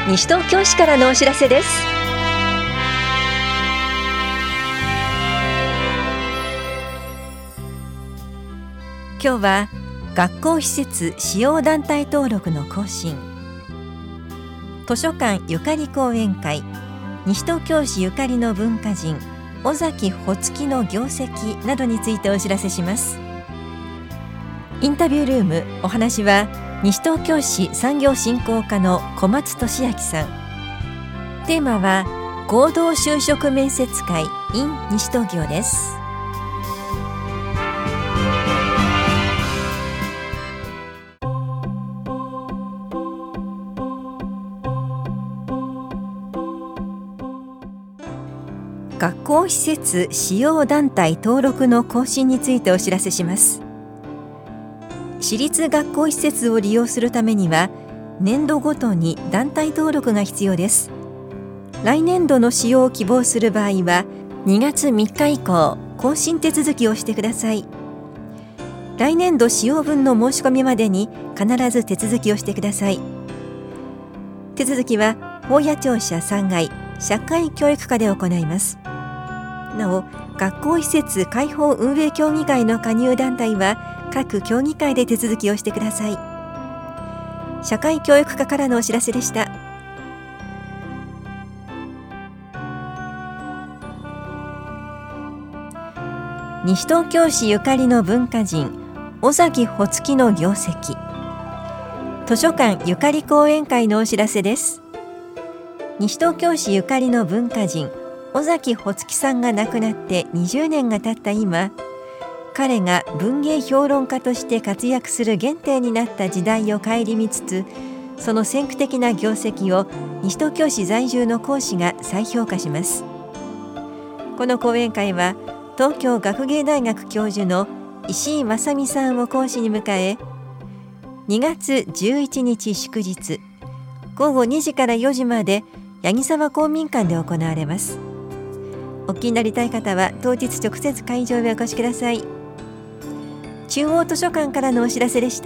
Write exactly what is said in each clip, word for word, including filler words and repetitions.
西東京市からのお知らせです。今日は学校施設使用団体登録の更新、図書館ゆかり講演会、西東京市ゆかりの文化人尾崎穂月の業績などについてお知らせします。インタビュールーム、お話は西東京市産業振興課の小松俊明さん。テーマは合同就職面接会 in 西東京です。学校施設使用団体登録の更新についてお知らせします。私立学校施設を利用するためには年度ごとに団体登録が必要です。来年度の使用を希望する場合はにがつみっか以降更新手続きをしてください。来年度使用分の申し込みまでに必ず手続きをしてください。手続きは保谷庁舎さんがい社会教育課で行います。なお、学校施設開放運営協議会の加入団体は各協議会で手続きをしてください。社会教育課からのお知らせでした。西東京市ゆかりの文化人尾崎穂月の業績、図書館ゆかり講演会のお知らせです。西東京市ゆかりの文化人尾崎穂月さんが亡くなってにじゅうねんが経った今、彼が文芸評論家として活躍する原点になった時代を顧みつつ、その先駆的な業績を西東京市在住の講師が再評価します。この講演会は東京学芸大学教授の石井正美さんを講師に迎え、にがつじゅういちにち祝日ごごにじからよじまで八木沢公民館で行われます。お聞きになりたい方は当日直接会場へお越しください。中央図書館からのお知らせでした。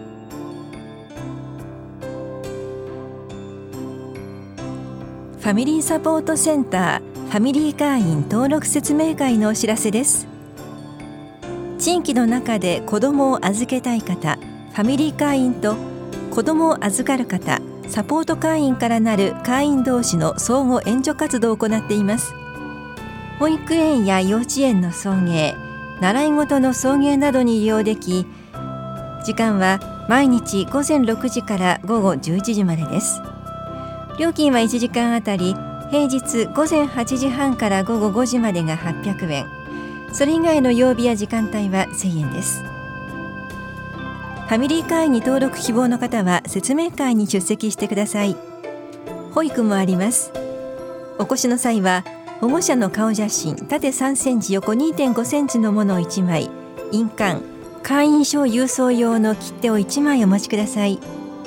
ファミリーサポートセンターファミリー会員登録説明会のお知らせです。地域の中で子どもを預けたい方、ファミリー会員と子どもを預かる方、サポート会員からなる会員同士の相互援助活動を行っています。保育園や幼稚園の送迎、習い事の送迎などに利用でき、時間は毎日ごぜんろくじからごごじゅういちじまでです。料金はいちじかんあたり平日ごぜんはちじはんからごごごじまでがはっぴゃくえん、それ以外の曜日や時間帯はせんえんです。ファミリー会員に登録希望の方は説明会に出席してください。保育もあります。お越しの際は保護者の顔写真縦さんセンチ横 にてんごセンチのものをいちまい、印鑑、会員証郵送用の切手をいちまいお持ちください。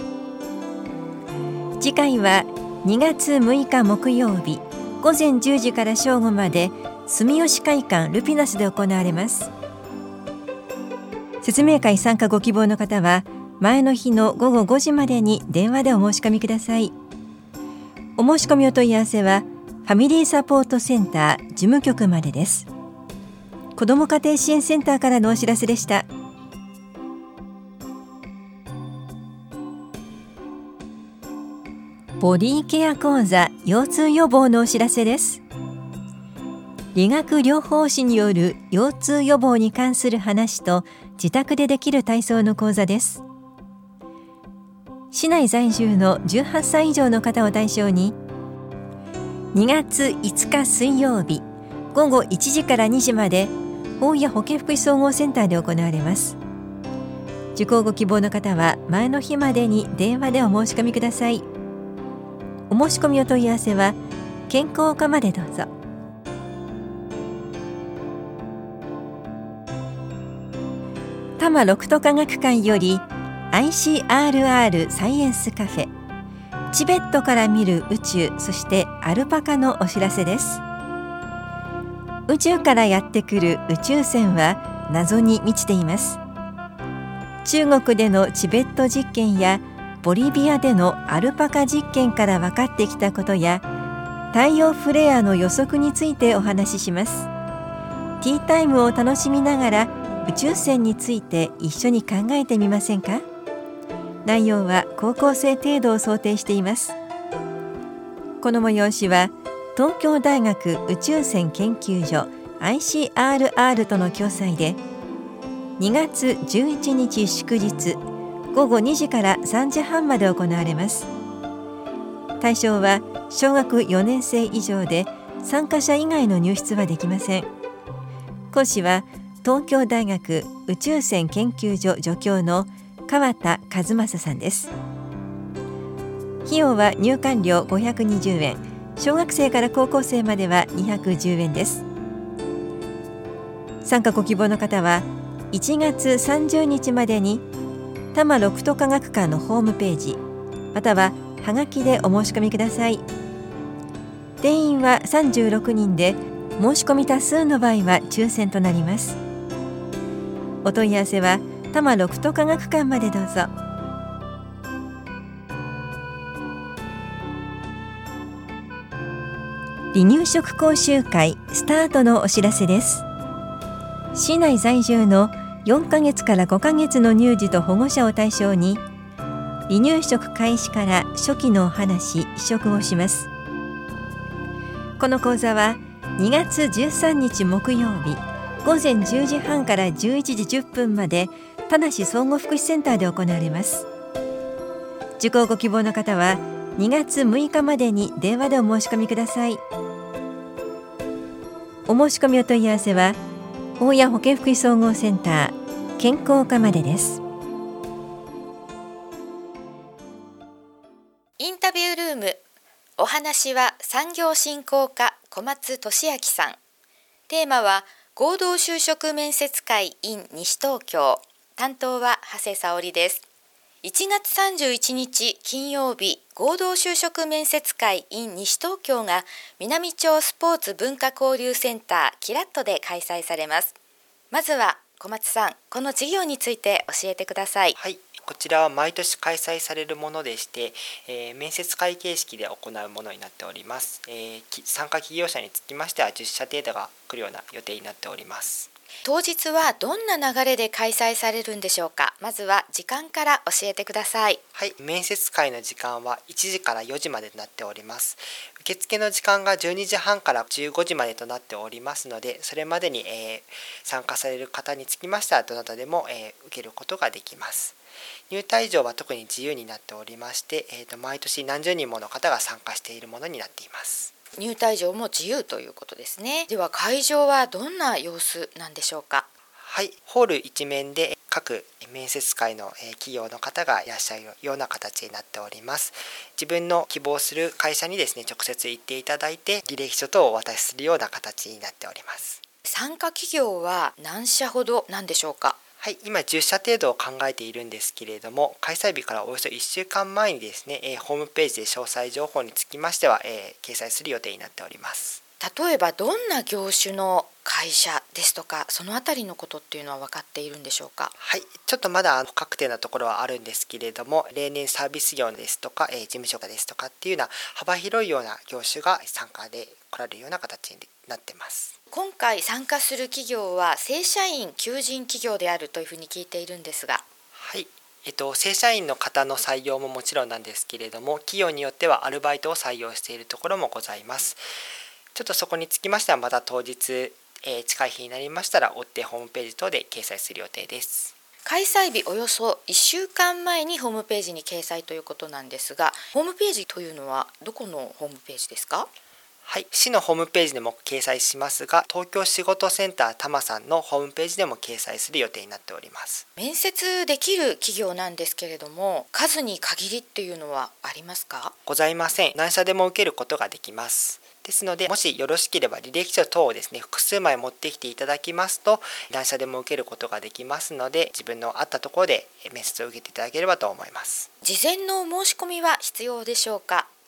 次回はにがつむいか木曜日ごぜんじゅうじから正午まで住吉会館ルピナスで行われます。説明会参加ご希望の方は前の日のごごごじまでに電話でお申し込みください。お申し込みお問い合わせはファミリーサポートセンター事務局までです。子ども家庭支援センターからのお知らせでした。ボディケア講座腰痛予防のお知らせです。理学療法士による腰痛予防に関する話と自宅でできる体操の講座です。市内在住のじゅうはっさい以上の方を対象ににがついつか水曜日ごごいちじからにじまで大谷保健福祉総合センターで行われます。受講ご希望の方は前の日までに電話でお申し込みください。お申し込みお問い合わせは健康課までどうぞ。多摩六都科学館より アイシーアールアール サイエンスカフェ、チベットから見る宇宙、そしてアルパカのお知らせです。宇宙からやってくる宇宙船は謎に満ちています。中国でのチベット実験やボリビアでのアルパカ実験から分かってきたことや、太陽フレアの予測についてお話しします。ティータイムを楽しみながら宇宙船について一緒に考えてみませんか？内容は高校生程度を想定しています。この催しは東京大学宇宙船研究所 アイシーアールアール との共催で、にがつじゅういちにち祝日ごごにじからさんじはんまで行われます。対象は小学よねん生以上で、参加者以外の入室はできません。講師は東京大学宇宙船研究所助教の川田和正さんです。費用は入館料ごひゃくにじゅうえん、小学生から高校生まではにひゃくじゅうえんです。参加ご希望の方はいちがつさんじゅうにちまでに多摩六都科学館のホームページまたははがきでお申し込みください。定員はさんじゅうろくにんで、申し込み多数の場合は抽選となります。お問い合わせは多摩六都科学館までどうぞ。離乳食講習会スタートのお知らせです。市内在住のよんかげつからごかげつの乳児と保護者を対象に、離乳食開始から初期のお話、試食をします。この講座はにがつじゅうさんにち木曜日ごぜんじゅうじはんからじゅういちじじゅっぷんまで田梨総合福祉センターで行われます。受講ご希望の方はにがつむいかまでに電話でお申し込みください。お申し込みお問い合わせは大谷保健福祉総合センター健康課までです。 インタビュールーム、お話は産業振興課小松俊明さん。テーマは合同就職面接会 in 西東京。担当は長谷沙織です。いちがつさんじゅういちにち金曜日、合同就職面接会 in 西東京が南町スポーツ文化交流センターキラットで開催されます。まずは小松さん、この授業について教えてください。 はい、こちらは毎年開催されるものでして、えー、面接会形式で行うものになっております。えー、参加企業者につきましてはじゅっしゃ程度が来るような予定になっております。 当日はどんな流れで開催されるんでしょうか。まずは時間から教えてください。 はい、面接会の時間はいちじからよじまでとなっております。受付の時間がじゅうにじはんからじゅうごじまでとなっておりますので、それまでに、えー、参加される方につきましてはどなたでも、えー、受けることができます。入退場は特に自由になっておりまして、えーと、毎年何十人もの方が参加しているものになっています。 入退場も自由ということですね。では会場はどんな様子なんでしょうか。 はい、ホール一面で各面接会の企業の方がいらっしゃるような形になっております。自分の希望する会社にですね、直接行っていただいて履歴書等をお渡しするような形になっております。 参加企業は何社ほどなんでしょうか。 はい、今じゅっしゃ程度を考えているんですけれども、開催日からおよそいっしゅうかんまえにですね、えー、ホームページで詳細情報につきましては、えー、掲載する予定になっております。 例えばどんな業種の会社ですとか、そのあたりのことっていうのは分かっているんでしょうか。 はい、ちょっとまだ不確定なところはあるんですけれども、例年サービス業ですとか、えー、事務所ですとかっていうような幅広いような業種が参加で来られるような形になってます。 今回参加する企業は正社員求人企業であるというふうに聞いているんですが。 はい、えっと、正社員の方の採用ももちろんなんですけれども、企業によってはアルバイトを採用しているところもございます。ちょっとそこにつきましてはまた当日、えー、近い日になりましたら追ってホームページ等で掲載する予定です。 開催日およそいっしゅうかんまえにホームページに掲載ということなんですが、ホームページというのはどこのホームページですか。 はい、市のホームページでも掲載しますが、東京仕事センター多摩さんのホームページでも掲載する予定になっております。 面接できる企業なんですけれども、数に限りっていうのはありますか。 ございません。何社でも受けることができます。ですので、もしよろしければ履歴書等をですね、複数枚持ってきていただきますと、何社でも受けることができますので、自分の合ったところで面接を受けていただければと思います。 事前の申し込みは必要でしょうか。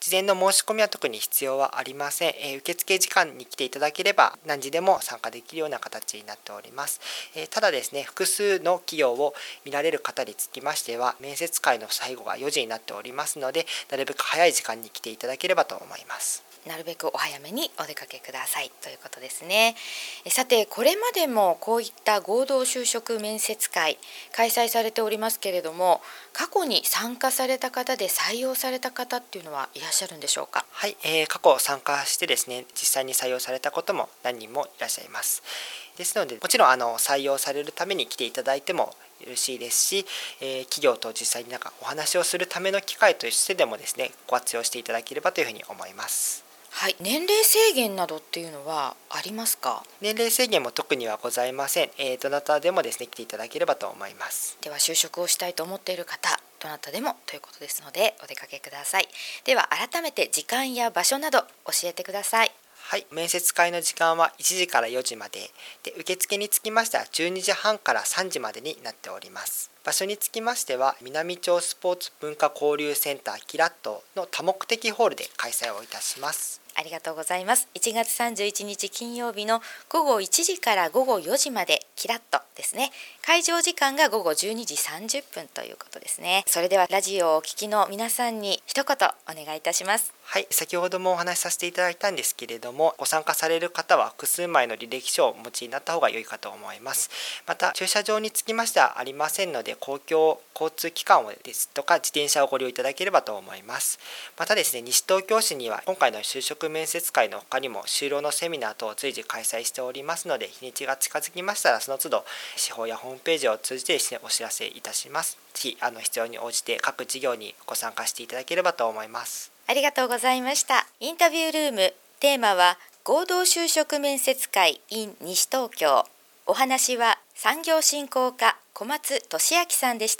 事前の申し込みは特に必要はありません。えー、受付時間に来ていただければ何時でも参加できるような形になっております。えー、ただですね、複数の企業を見られる方につきましては、面接会の最後がよじになっておりますので、なるべく早い時間に来ていただければと思います。 なるべくお早めにお出かけくださいということですね。さて、これまでもこういった合同就職面接会開催されておりますけれども、過去に参加された方で採用された方っていうのはいらっしゃるんでしょうか？ はい、えー、過去参加してですね、実際に採用されたことも何人もいらっしゃいます。ですので、もちろんあの採用されるために来ていただいてもよろしいですし、えー、企業と実際になんかお話をするための機会としてでもですね、ご活用していただければというふうに思います。 はい、年齢制限などっていうのはありますか？ 年齢制限も特にはございません。えー、どなたでもですね、来ていただければと思います。 では、就職をしたいと思っている方、どなたでもということですのでお出かけください。では、改めて時間や場所など教えてください。 はい、面接会の時間はいちじからよじまでで、受付につきましてはじゅうにじはんからさんじまでになっております。場所につきましては、南町スポーツ文化交流センターキラットの多目的ホールで開催をいたします。 ありがとうございます。いちがつさんじゅういちにち金曜日のごごいちじからごごよじまでキラッとですね。会場時間がごごじゅうにじさんじゅっぷんということですね。それではラジオをお聞きの皆さんに一言お願いいたします。 はい、先ほどもお話しさせていただいたんですけれども、ご参加される方は複数枚の履歴書をお持ちになった方が良いかと思います。また、駐車場につきましてはありませんので、公共交通機関をですとか自転車をご利用いただければと思います。またですね、西東京市には今回の就職面接会の他にも就労のセミナー等を随時開催しておりますので、日にちが近づきましたらその都度司法やホームページを通じてですね、お知らせいたします。ぜひあの必要に応じて各事業にご参加していただければと思います。 ありがとうございました。インタビュールーム、テーマは合同就職面接会 in 西東京。お話は産業振興課小松俊明さんでした。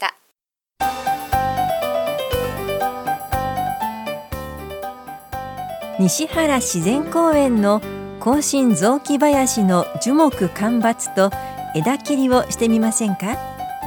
西原自然公園の甲信雑木林の樹木間伐と枝切りをしてみませんか？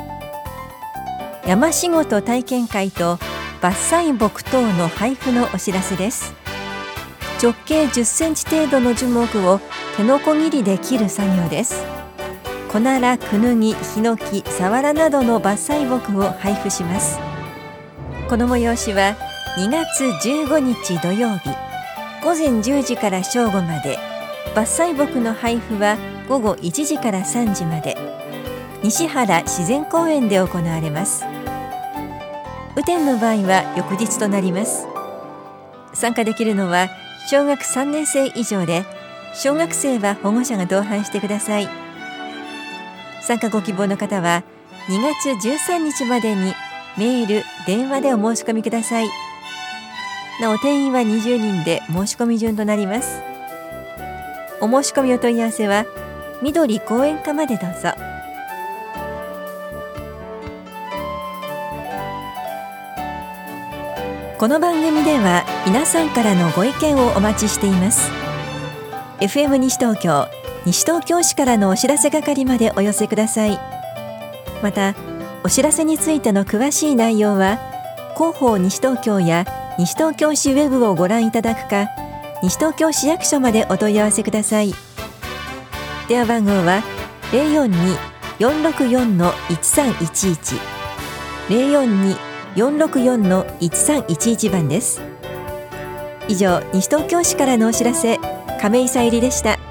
山仕事体験会と伐採木等の配布のお知らせです。直径じゅっセンチ程度の樹木を手のこぎりで切る作業です。コナラ、クヌギ、ヒノキ、サワラなどの伐採木を配布します。この催しはにがつじゅうごにち土曜日ごぜんじゅうじから正午まで、伐採木の配布はごごいちじからさんじまで、西原自然公園で行われます。雨天の場合は翌日となります。参加できるのは小学さんねんせい以上で、小学生は保護者が同伴してください。参加ご希望の方はにがつじゅうさんにちまでにメール、電話でお申し込みください。なお定員はにじゅうにんで申し込み順となります。お申し込みお問い合わせは緑公園課までどうぞ。この番組では皆さんからのご意見をお待ちしています。 エフエム 西東京、西東京市からのお知らせ係までお寄せください。また、お知らせについての詳しい内容は広報西東京や西東京市ウェブをご覧いただくか、西東京市役所までお問い合わせください。電話番号は ゼロよんに よんろくよん いちさんいちいち ゼロよんに よんろくよん いちさんいちいち番です。以上、西東京市からのお知らせ、亀井さゆりでした。